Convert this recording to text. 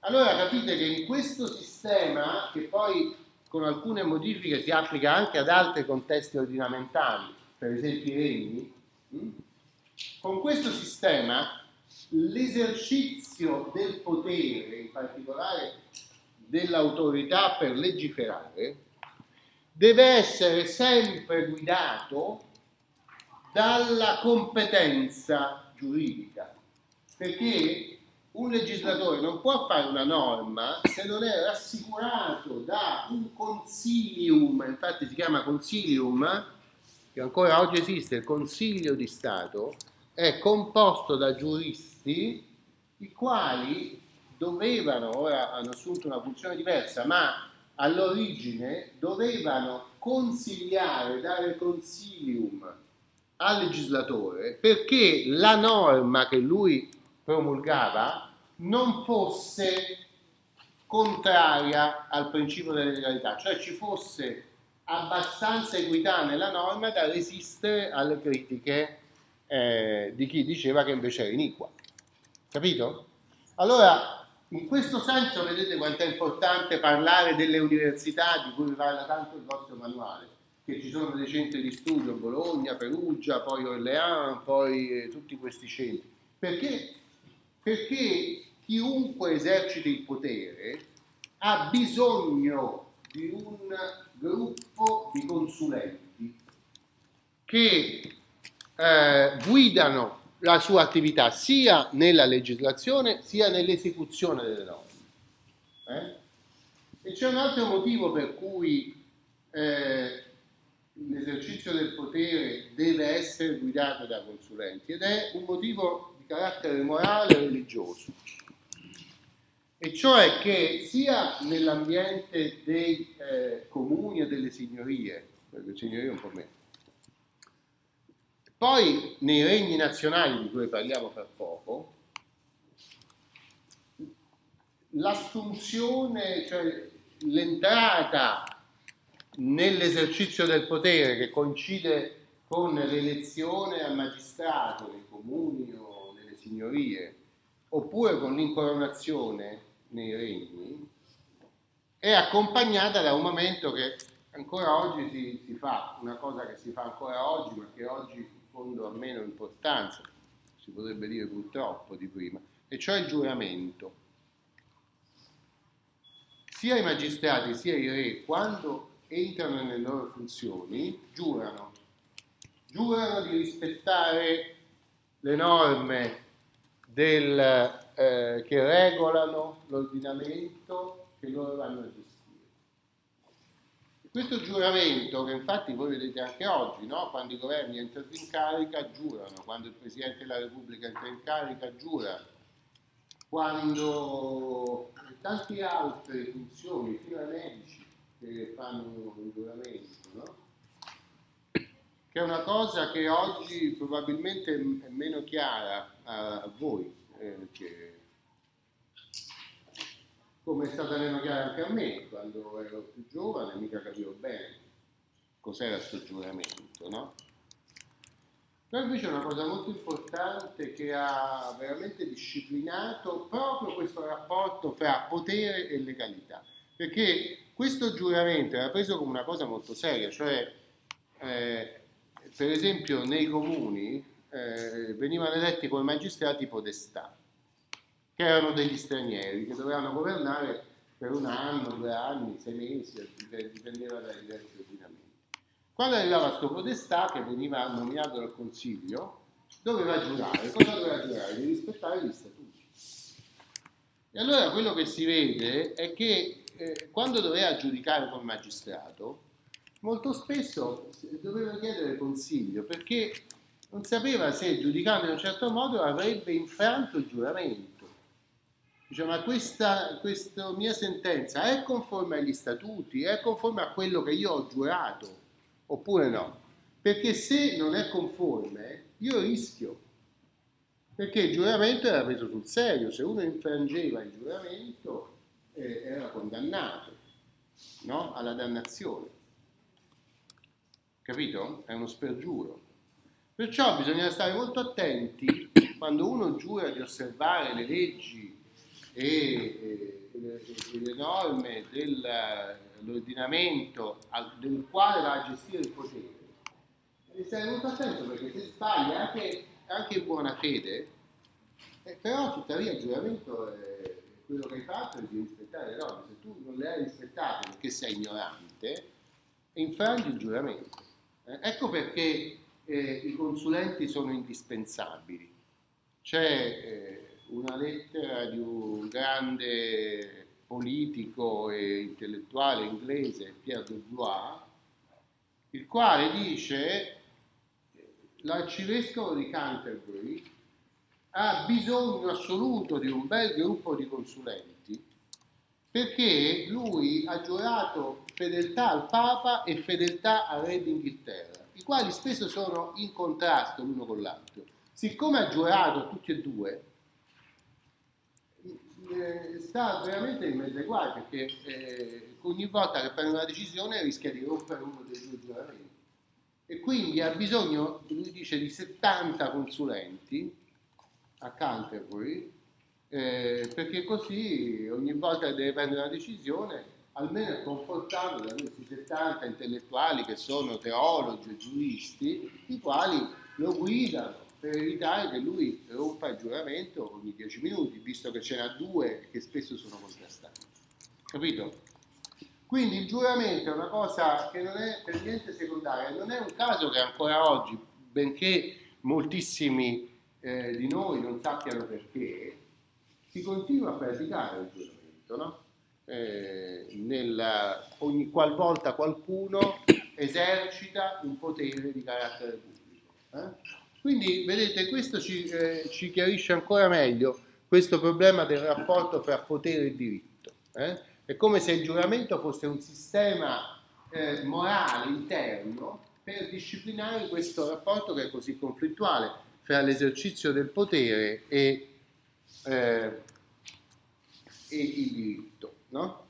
Allora capite che in questo sistema, che poi con alcune modifiche si applica anche ad altri contesti ordinamentali, per esempio i regni, con questo sistema l'esercizio del potere, in particolare dell'autorità per legiferare, deve essere sempre guidato dalla competenza giuridica, perché un legislatore non può fare una norma se non è rassicurato da un consilium, infatti si chiama consilium, che ancora oggi esiste, il Consiglio di Stato, è composto da giuristi i quali dovevano, ora hanno assunto una funzione diversa, ma all'origine dovevano consigliare, dare consilium al legislatore perché la norma che lui promulgava non fosse contraria al principio della legalità, cioè ci fosse abbastanza equità nella norma da resistere alle critiche di chi diceva che invece era iniqua. Capito? Allora, in questo senso vedete quanto è importante parlare delle università di cui vi parla tanto il vostro manuale, che ci sono dei centri di studio, Bologna, Perugia, poi Orléans, poi tutti questi centri. Perché? Perché chiunque eserciti il potere ha bisogno di un gruppo di consulenti che guidano la sua attività sia nella legislazione sia nell'esecuzione delle norme. E c'è un altro motivo per cui l'esercizio del potere deve essere guidato da consulenti, ed è un motivo di carattere morale e religioso, e cioè che sia nell'ambiente dei comuni e delle signorie, perché signorie un po' meno, poi nei regni nazionali di cui parliamo fra poco, l'assunzione, cioè l'entrata nell'esercizio del potere che coincide con l'elezione a magistrato nei comuni o nelle signorie, oppure con l'incoronazione nei regni, è accompagnata da un momento che ancora oggi si fa, una cosa che si fa ancora oggi, ma che oggi in fondo ha meno importanza, si potrebbe dire purtroppo di prima, e cioè il giuramento. Sia i magistrati sia i re, quando entrano nelle loro funzioni, giurano di rispettare le norme che regolano l'ordinamento che loro vanno a gestire. Questo giuramento, che infatti voi vedete anche oggi, no? Quando i governi entrano in carica giurano, quando il Presidente della Repubblica entra in carica giura, quando tante altre funzioni, fino ai medici che fanno il giuramento, no? Che è una cosa che oggi probabilmente è meno chiara a voi, come è stata meno chiara anche a me quando ero più giovane, mica capivo bene cos'era questo giuramento, no? Però invece è una cosa molto importante che ha veramente disciplinato proprio questo rapporto fra potere e legalità, perché questo giuramento era preso come una cosa molto seria, cioè per esempio nei comuni venivano eletti come magistrati podestà, che erano degli stranieri, che dovevano governare per 1 anno, 2 anni, 6 mesi, dipendeva dai diversi ordinamenti. Quando arrivava questo podestà, che veniva nominato dal Consiglio, doveva giurare. Cosa doveva giurare? Di rispettare gli statuti. E allora quello che si vede è che quando doveva giudicare col magistrato, molto spesso doveva chiedere consiglio, perché non sapeva se giudicando in un certo modo avrebbe infranto il giuramento. Dice, ma questa mia sentenza è conforme agli statuti, è conforme a quello che io ho giurato, oppure no? Perché se non è conforme, io rischio, perché il giuramento era preso sul serio, se uno infrangeva il giuramento era condannato, no? Alla dannazione. Capito? È uno spergiuro. Perciò bisogna stare molto attenti quando uno giura di osservare le leggi e le norme dell'ordinamento del quale va a gestire il potere, devi stare molto attento, perché se sbagli anche in buona fede, però tuttavia il giuramento è quello che hai fatto è di rispettare le norme. Se tu non le hai rispettate perché sei ignorante, infrangi il giuramento. Ecco perché i consulenti sono indispensabili. C'è una lettera di un grande politico e intellettuale inglese, Pierre Bourdieu, il quale dice: l'arcivescovo di Canterbury ha bisogno assoluto di un bel gruppo di consulenti, perché lui ha giurato fedeltà al Papa e fedeltà al Re d'Inghilterra, i quali spesso sono in contrasto l'uno con l'altro. Siccome ha giurato tutti e due, sta veramente in mezzo ai guai, perché ogni volta che prende una decisione rischia di rompere uno dei due giuramenti. E quindi ha bisogno, lui dice, di 70 consulenti a Canterbury, perché così ogni volta che deve prendere una decisione almeno è confortato da questi 70 intellettuali che sono teologi e giuristi, i quali lo guidano per evitare che lui rompa il giuramento ogni 10 minuti, visto che ce n'ha due che spesso sono contrastanti. Capito? Quindi il giuramento è una cosa che non è per niente secondaria. Non è un caso che ancora oggi, benché moltissimi di noi non sappiano perché, si continua a praticare il giuramento, no? Ogni qualvolta qualcuno esercita un potere di carattere pubblico. Quindi, vedete, questo ci chiarisce ancora meglio questo problema del rapporto fra potere e diritto. È come se il giuramento fosse un sistema morale interno per disciplinare questo rapporto che è così conflittuale fra l'esercizio del potere e il diritto, no?